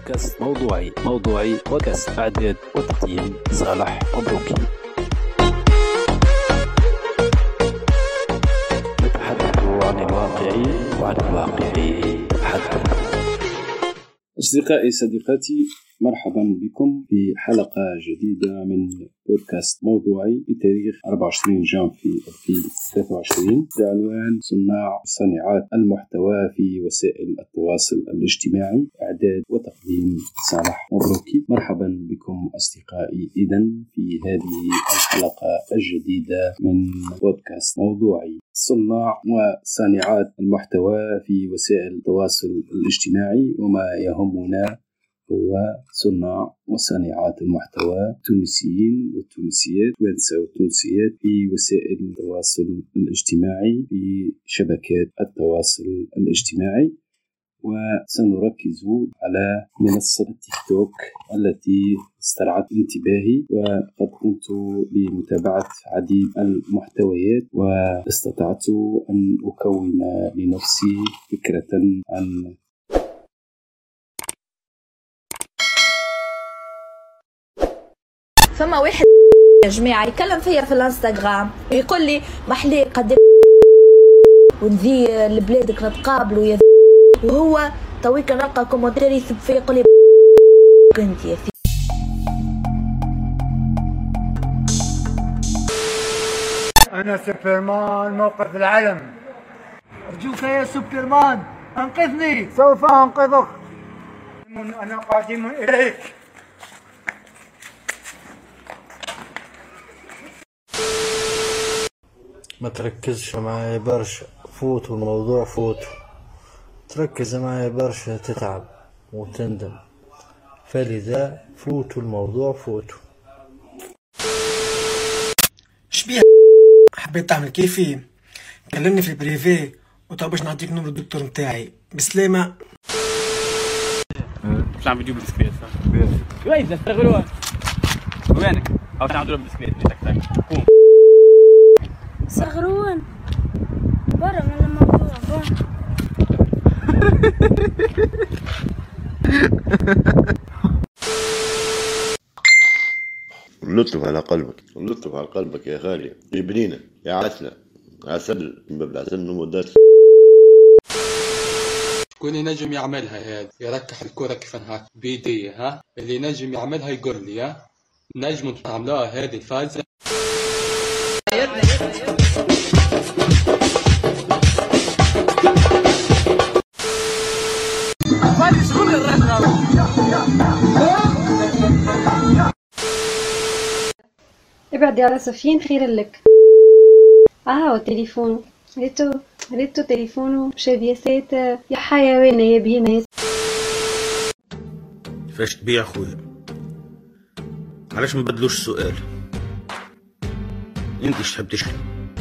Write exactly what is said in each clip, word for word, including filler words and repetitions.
بودكاست موضوعي موضوعي بودكاست إعداد وتقديم صالح مبروكي. نتحدث عن الواقع وعن الواقع حدث. أصدقائي صديقاتي، مرحبا بكم في حلقة جديدة من بودكاست موضوعي بتاريخ أربعة وعشرين جانفي ألفين وثلاثة وعشرين بعنوان صناع صانعات المحتوى في وسائل التواصل الاجتماعي، إعداد وتقديم صالح مبروكي. مرحبا بكم أصدقائي إذن في هذه الحلقة الجديدة من بودكاست موضوعي. صناع وصانعات المحتوى في وسائل التواصل الاجتماعي، وما يهمنا هو صناع وصانعات المحتوى التونسيين والتونسيات والتوانسة والتونسيات في وسائل التواصل الاجتماعي في شبكات التواصل الاجتماعي. وسنركز على منصة التيك توك التي استرعت انتباهي، وقد قمت بمتابعة عديد المحتويات واستطعت أن أكون لنفسي فكرة عن فما واحد يا جماعة يكلم فيا في الانستغرام ويقول لي محلي قد ونذي لبلادك نتقابلوا يا وهو تويك نلقى كومنتاري يثب فيا يقول لي كنت يا في. أنا سوبرمان موقف العلم، أرجوك يا سوبرمان أنقذني، سوف أنقذك، أنا قادم إليك. ما تركزش معايا برشا، فوتوا الموضوع فوتوا. تركز معايا برشا تتعب وتندم، فلذا فوتوا الموضوع فوتوا. شبيه حبيت تعمل كيفي؟ كلمني في البريفي وطب باش نعطيك نمر الدكتور متاعي بسلامة. باش نعمل فيديو بالبسكليت صح؟ وين تستغلوها؟ وينك؟ أو تعملوا بالبسكليت تك تك قوم. صغرون برا من الموضوع. اللطف على قلبك، اللطف على قلبك يا غالي، يا بنينة، يا عسلة، عسل من باب العسل نمودات. شكون ينجم يعملها هذه؟ يركح الكرة كيف هاك بيديه؟ ها اللي ينجم يعملها يقول لي. ها نجم تعملوها هذه الفازة. ابعدي على صفين خير لك. اه تليفونه ريتو ريتو تليفونه شبيسات يا حيوانة يا بهيمة. فاش تبيع خويا؟ علاش ما بدلوش السؤال؟ انت ايش تحب تشتري؟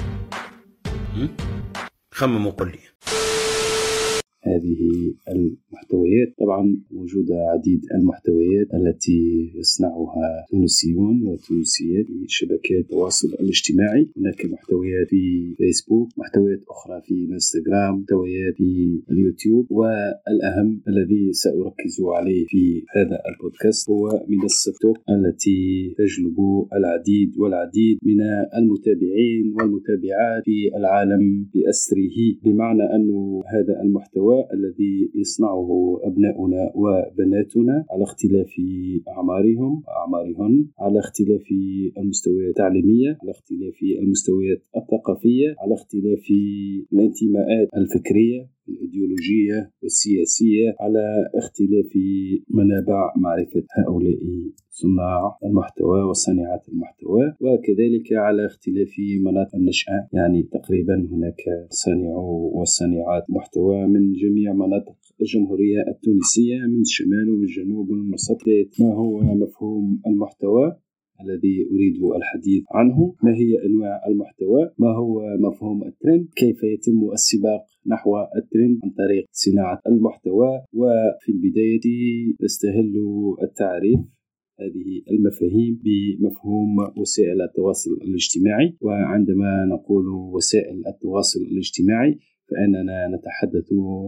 خمم وقل لي. هذه المحتويات طبعا موجودة عديد المحتويات التي يصنعها تونسيون وتونسيات في شبكات التواصل الاجتماعي. هناك محتويات في فيسبوك، محتويات أخرى في انستغرام، محتويات في اليوتيوب، والأهم الذي سأركز عليه في هذا البودكاست هو منصة توك التي تجلب العديد والعديد من المتابعين والمتابعات في العالم بأسره، بمعنى أن هذا المحتوى الذي يصنعه أبناؤنا وبناتنا على اختلاف أعمارهم وأعمارهن، على اختلاف المستويات التعليمية، على اختلاف المستويات الثقافية، على اختلاف الانتماءات الفكرية الإيديولوجية والسياسية، على اختلاف منابع معرفة هؤلاء صناع المحتوى وصانعات المحتوى، وكذلك على اختلاف مناطق النشأة. يعني تقريبا هناك صانعو وصانعات محتوى من جميع مناطق الجمهورية التونسية، من الشمال ومن الجنوب ومن الوسط. ما هو مفهوم المحتوى الذي أريد الحديث عنه؟ ما هي أنواع المحتوى؟ ما هو مفهوم الترند؟ كيف يتم السباق نحو الترند عن طريق صناعة المحتوى؟ وفي البداية نستهل التعريف هذه المفاهيم بمفهوم وسائل التواصل الاجتماعي. وعندما نقول وسائل التواصل الاجتماعي فإننا نتحدث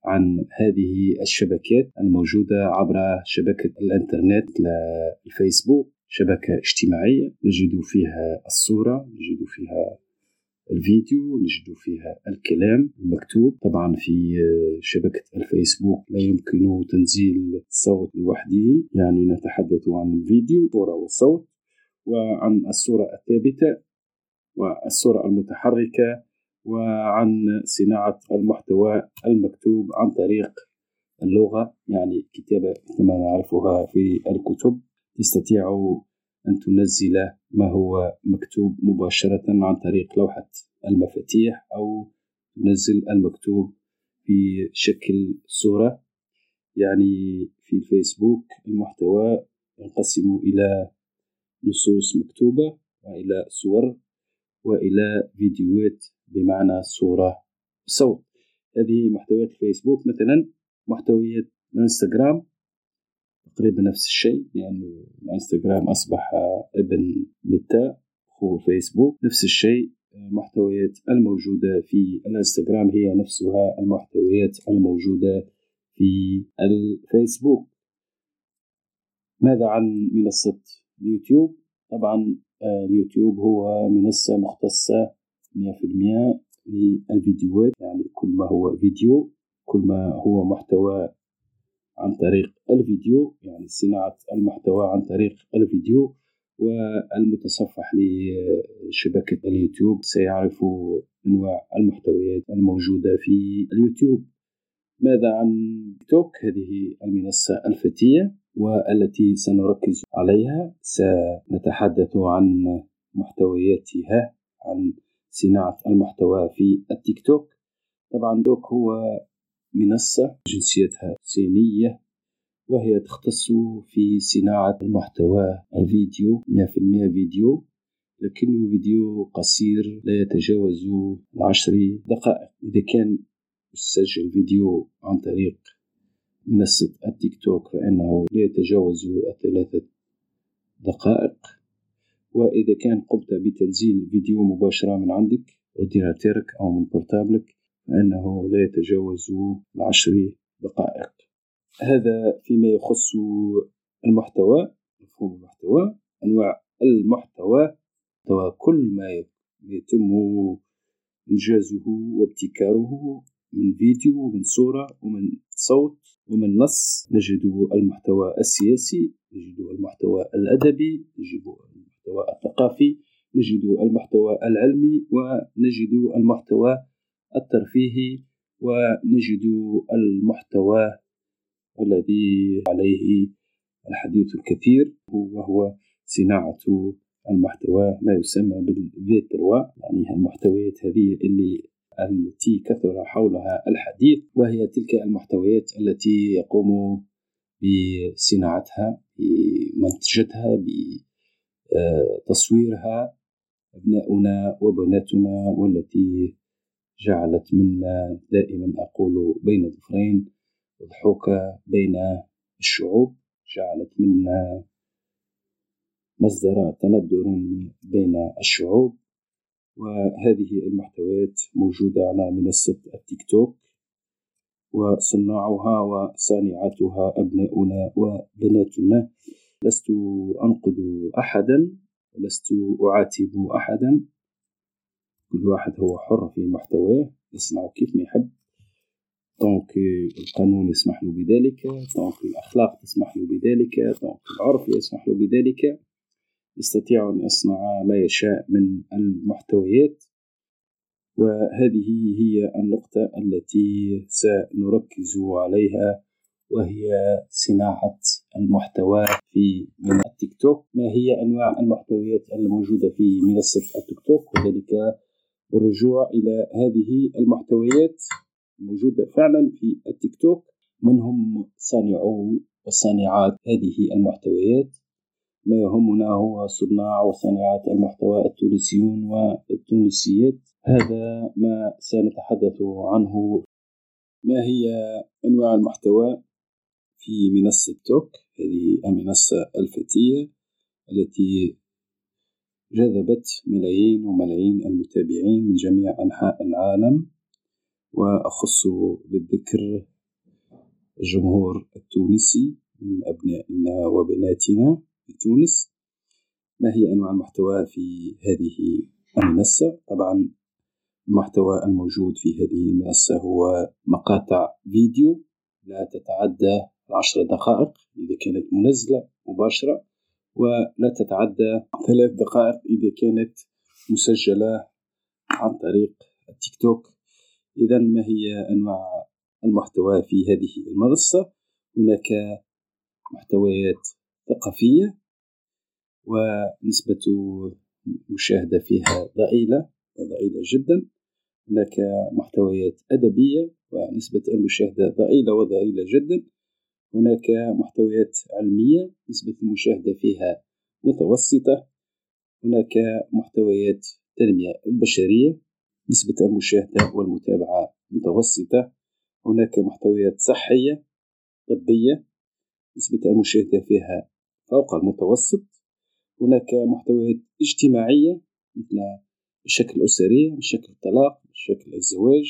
عن هذه الشبكات الموجودة عبر شبكة الإنترنت الفيسبوك، شبكة اجتماعية نجد فيها الصورة، نجد فيها الفيديو، نجد فيها الكلام المكتوب. طبعا في شبكة الفيسبوك لا يمكن تنزيل الصوت لوحده، يعني نتحدث عن الفيديو صورة وصوت، وعن الصورة الثابتة والصورة المتحركة، وعن صناعة المحتوى المكتوب عن طريق اللغة، يعني كتابة كما نعرفها في الكتب. تستطيع أن تنزل ما هو مكتوب مباشرة عن طريق لوحة المفاتيح، أو تنزل المكتوب في شكل صورة. يعني في الفيسبوك المحتوى ينقسم إلى نصوص مكتوبة، وإلى صور، وإلى فيديوهات بمعنى صورة وصوت. هذه محتويات الفيسبوك. مثلا محتويات الانستغرام تقريبا نفس الشيء، لأن يعني الانستغرام أصبح ابن ميتا أخو فيسبوك. نفس الشيء المحتويات الموجودة في الانستغرام هي نفسها المحتويات الموجودة في الفيسبوك. ماذا عن منصة اليوتيوب؟ طبعا اليوتيوب هو منصة مختصة مئة بالمئة للفيديوهات، يعني كل ما هو فيديو، كل ما هو محتوى عن طريق الفيديو، يعني صناعة المحتوى عن طريق الفيديو. والمتصفح لشبكة اليوتيوب سيعرف أنواع المحتويات الموجودة في اليوتيوب. ماذا عن تيك توك؟ هذه المنصة الفتية والتي سنركز عليها، سنتحدث عن محتوياتها، عن صناعة المحتوى في التيك توك. طبعا توك هو منصة جنسيتها صينية، وهي تختص في صناعة المحتوى الفيديو، مئة بالمئة فيديو، لكنه فيديو قصير لا يتجاوز عشر دقائق. إذا كان يسجل فيديو عن طريق منصة التيك توك فإنه لا يتجاوز ثلاثة دقائق، وإذا كان قمت بتنزيل فيديو مباشرة من عندك أورديناتيرك أو من بورتابلك فإنه لا يتجاوز العشر دقائق. هذا فيما يخص المحتوى، مفهوم المحتوى، أنواع المحتوى، كل ما يتم إنجازه وابتكاره من فيديو ومن صورة ومن صوت ومن نص. نجد المحتوى السياسي، نجد المحتوى الأدبي، نجد المحتوى الثقافي، نجد المحتوى العلمي، ونجد المحتوى الترفيهي، ونجد المحتوى الذي عليه الحديث الكثير، وهو صناعة المحتوى ما يسمى بالفي ثلاثة، يعني المحتويات هذه اللي التي كثر حولها الحديث، وهي تلك المحتويات التي يقوم بصناعتها، بمنتجتها، بتصويرها أبناؤنا وبناتنا، والتي جعلت منا، دائما أقول بين ظفرين، ضحوكة بين الشعوب، جعلت منا مصدر تندر بين الشعوب. وهذه المحتويات موجودة على منصة التيك توك، وصناعها وصانعاتها أبناؤنا وبناتنا. لست أنقد أحدا، لست أعاتب أحدا، كل واحد هو حر في محتواه، يصنع كيف ما يحب، طونك القانون يسمح له بذلك، طونك الأخلاق تسمح له بذلك، طونك العرف يسمح له بذلك، يستطيع أن يصنع ما يشاء من المحتويات. وهذه هي النقطة التي سنركز عليها، وهي صناعة المحتوى في من التيك توك. ما هي أنواع المحتويات الموجودة في منصة التيك توك؟ وذلك بالرجوع إلى هذه المحتويات الموجودة فعلا في التيك توك. من هم صانعو وصانعات هذه المحتويات؟ ما يهمنا هو صناع وصانعات المحتوى التونسيون والتونسيات. هذا ما سنتحدث عنه. ما هي أنواع المحتوى في منصة توك؟ هذه المنصة الفتية التي جذبت ملايين وملايين المتابعين من جميع أنحاء العالم، وأخص بالذكر الجمهور التونسي من أبنائنا وبناتنا في تونس. ما هي أنواع المحتوى في هذه المنصة؟ طبعا المحتوى الموجود في هذه المنصة هو مقاطع فيديو لا تتعدى عشر دقائق إذا كانت منزلة مباشرة، ولا تتعدى ثلاث دقائق إذا كانت مسجلة عن طريق التيك توك. إذا ما هي أنواع المحتوى في هذه المنصة؟ هناك محتويات ثقافية ونسبة مشاهدة فيها ضئيلة وضئيلة جدا. هناك محتويات أدبية ونسبة المشاهدة ضئيلة وضئيلة جدا. هناك محتويات علمية نسبة المشاهدة فيها متوسطة. هناك محتويات تنمية البشرية نسبة المشاهدة والمتابعة متوسطة. هناك محتويات صحية طبية نسبة المشاهدة فيها فوق المتوسط. هناك محتويات اجتماعية مثل الشكل الأسري، الشكل الطلاق، الشكل الزواج،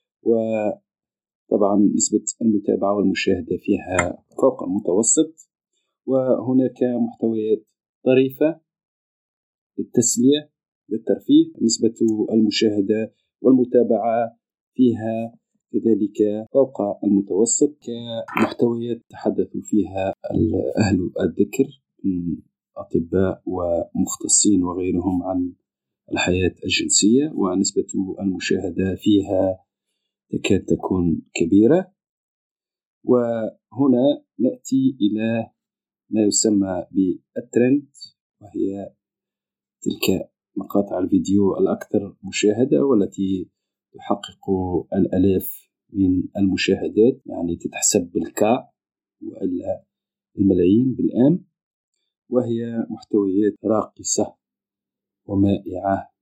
وطبعا نسبة المتابعة والمشاهدة فيها فوق المتوسط. وهناك محتويات طريفة للتسلية للترفيه نسبة المشاهدة والمتابعة فيها كذلك فوق المتوسط. كمحتويات تحدث فيها أهل الذكر من أطباء ومختصين وغيرهم عن الحياة الجنسية، ونسبة المشاهدة فيها تكاد تكون كبيرة. وهنا نأتي إلى ما يسمى بالترند، وهي تلك مقاطع الفيديو الأكثر مشاهدة والتي تحقق الآلاف من المشاهدات، يعني تتحسب بالكا وإلا الملايين بالآن. وهي محتويات راقصة ومائعة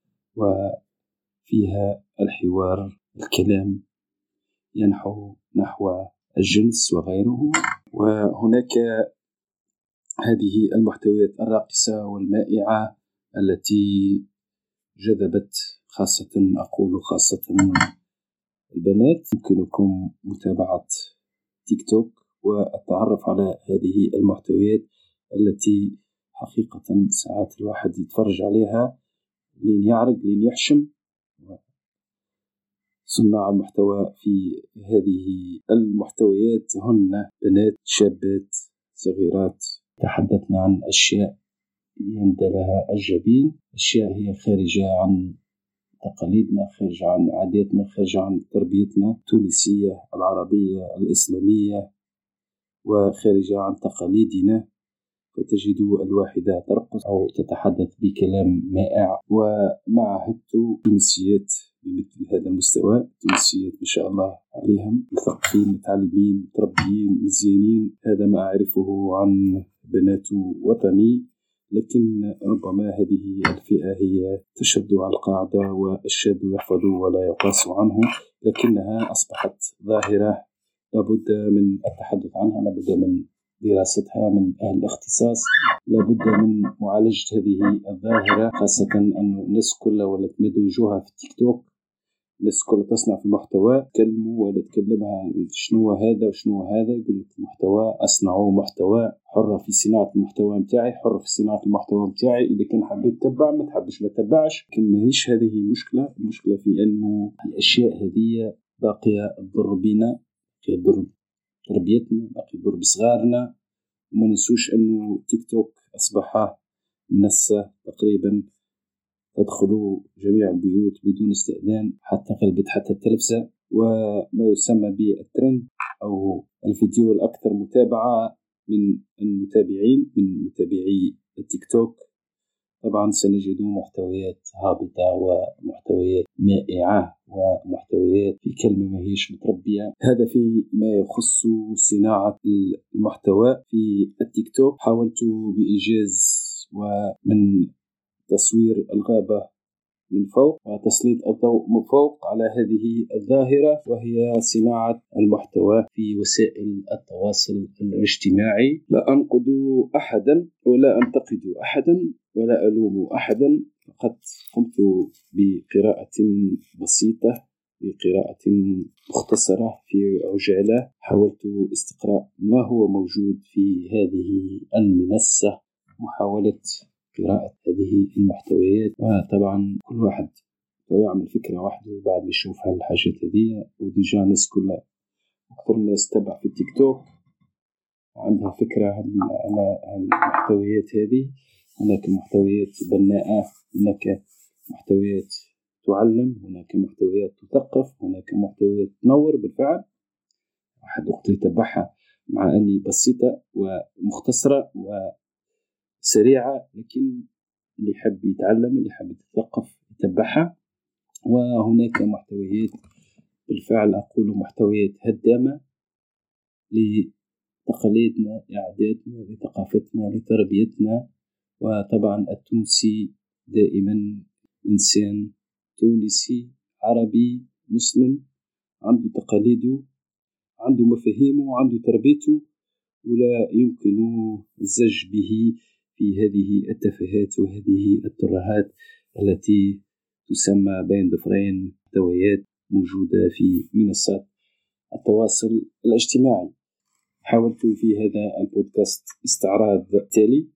وفيها الحوار، الكلام ينحو نحو الجنس وغيره. وهناك هذه المحتويات الراقصة والمائعة التي جذبت خاصة أقول خاصة البنات. يمكنكم متابعة تيك توك والتعرف على هذه المحتويات التي حقيقة ساعات الواحد يتفرج عليها لين يعرق لين يحشم. صناع المحتوى في هذه المحتويات هن بنات شابات صغيرات تحدثنا عن أشياء يندى لها الجبين، أشياء هي خارجة عن تقاليدنا، خارجة عن عاداتنا، خارجة عن تربيتنا التونسية العربية الإسلامية، وخارجة عن تقاليدنا. فتجد الواحدة ترقص أو تتحدث بكلام مائع. ومعهد تونسيات بمثل هذا المستوى، تونسيات ما شاء الله عليهم مثقفين متعلمين متربيين مزيانين. هذا ما أعرفه عن بنات وطني، لكن ربما هذه الفئة هي تشد على القاعدة والشاب يحفظ ولا يقاس عنه، لكنها أصبحت ظاهرة لابد من التحدث عنها، لابد من دراستها من أهل الاختصاص، لابد من معالجة هذه الظاهرة، خاصة أن الناس كلها ولا تمدوجوها في التيك توك. الناس كلها تصنع في المحتوى، تكلموا ولا تكلمها شنو هذا وشنو هذا، يقول لك محتوى أصنعوا محتوى، حرة في صناعة المحتوى متاعي، حرة في صناعة المحتوى متاعي. إذا كان حبيت تتبع ما تحبش ما تتبعش، لكن ما هيش هذه المشكلة. المشكلة في أنه الأشياء هذه باقية تضر بنا، تضر تربيتنا، باقي يضر بصغارنا. وما ننسوش أنه تيك توك أصبح منصة تقريبا تدخل جميع البيوت بدون استئذان، حتى قلبت حتى التلفزة. وما يسمى بالترند أو الفيديو الأكثر متابعة من المتابعين من متابعي التيك توك، طبعا سنجد محتويات هابطة ومحتويات مائعة ومحتويات في كلمة ما هيش متربية. هذا في ما يخص صناعة المحتوى في التيك توك. حاولت بإيجاز ومن تصوير الغابة من فوق وتسليط الضوء من فوق على هذه الظاهرة، وهي صناعة المحتوى في وسائل التواصل الاجتماعي. لا أنقد أحدا ولا أنتقد أحدا ولا ألوم أحدا، فقط قمت بقراءة بسيطة بقراءة مختصرة في عجالة. حاولت استقراء ما هو موجود في هذه المنصة، محاولة قراءة هذه المحتويات. وطبعا كل واحد يعمل فكرة واحدة وبعد يشوف هالحاجات هذه. وديجا الناس كلها أكثر الناس تبع في التيك توك وعندها فكرة على المحتويات هذه. هناك محتويات بناءة، هناك محتويات تعلم، هناك محتويات تثقف، هناك محتويات تنور بالفعل. واحد وقت يتبعها مع أني بسيطة ومختصرة وسريعة، لكن اللي يحب يتعلم، اللي يحب يتثقف يتبعها. وهناك محتويات بالفعل أقول محتويات هدامة لتقاليدنا، لعاداتنا، لثقافتنا، لتربيتنا. وطبعا التونسي دائما إنسان تونسي عربي مسلم عنده تقاليده، عنده مفاهيمه، وعنده تربيته، ولا يمكن الزج به في هذه التفاهات وهذه الترهات التي تسمى بين ضفرين محتويات موجودة في منصات التواصل الاجتماعي. حاولت في هذا البودكاست استعراض تالي: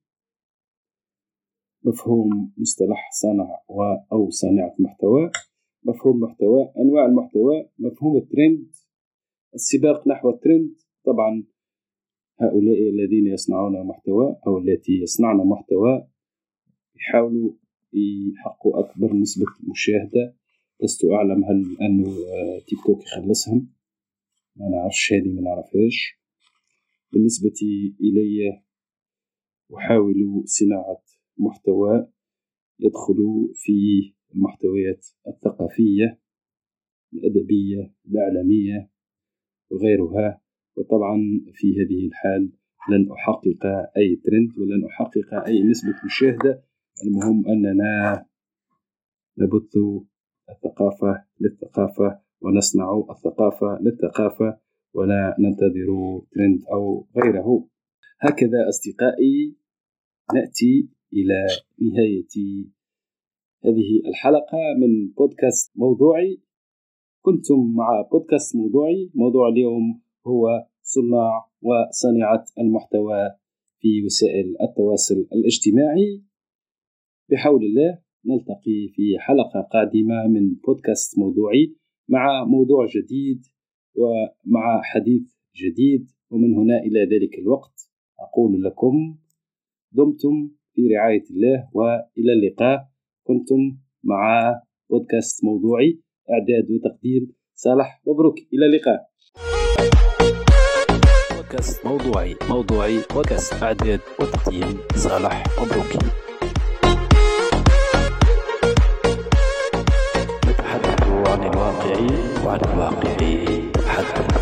مفهوم مصطلح صانع أو صانعة محتوى، مفهوم محتوى، أنواع المحتوى، مفهوم الترند، السباق نحو الترند. طبعا هؤلاء الذين يصنعون محتوى أو التي يصنعن محتوى يحاولوا يحققوا أكبر نسبة مشاهدة. لست أعلم هل أنه تيك توك يخلصهم، ما نعرفش، هذه ما نعرفهاش. بالنسبة إلي أحاول صناعة محتوى يدخل في المحتويات الثقافية، الأدبية، الإعلامية وغيرها. وطبعا في هذه الحال لن أحقق أي ترند ولن أحقق أي نسبة مشاهدة. المهم أننا نبث الثقافة للثقافة ونصنع الثقافة للثقافة ولا ننتظر ترند أو غيره. هكذا أصدقائي نأتي إلى نهاية هذه الحلقة من بودكاست موضوعي. كنتم مع بودكاست موضوعي. موضوع اليوم هو صناع وصانعة المحتوى في وسائل التواصل الاجتماعي. بحول الله نلتقي في حلقة قادمة من بودكاست موضوعي مع موضوع جديد ومع حديث جديد. ومن هنا إلى ذلك الوقت أقول لكم دمتم في رعاية الله وإلى اللقاء. كنتم مع بودكاست موضوعي، إعداد وتقديم صالح مبروك. إلى اللقاء. بودكاست موضوعي موضوعي بودكاست إعداد وتقديم صالح مبروك. نتحدث عن الواقع وعن الواقع حدث.